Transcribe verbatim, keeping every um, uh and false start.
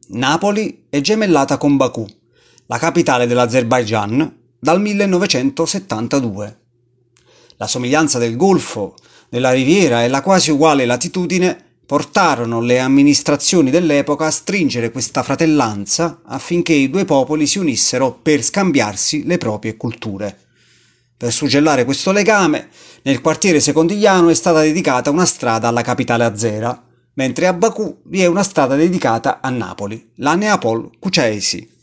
Napoli è gemellata con Baku, la capitale dell'Azerbaigian, dal millenovecentosettantadue. La somiglianza del golfo, della riviera e la quasi uguale latitudine portarono le amministrazioni dell'epoca a stringere questa fratellanza affinché i due popoli si unissero per scambiarsi le proprie culture. Per suggellare questo legame, nel quartiere secondigliano è stata dedicata una strada alla capitale azera, mentre a Baku vi è una strada dedicata a Napoli, la Neapol Kuchaisi.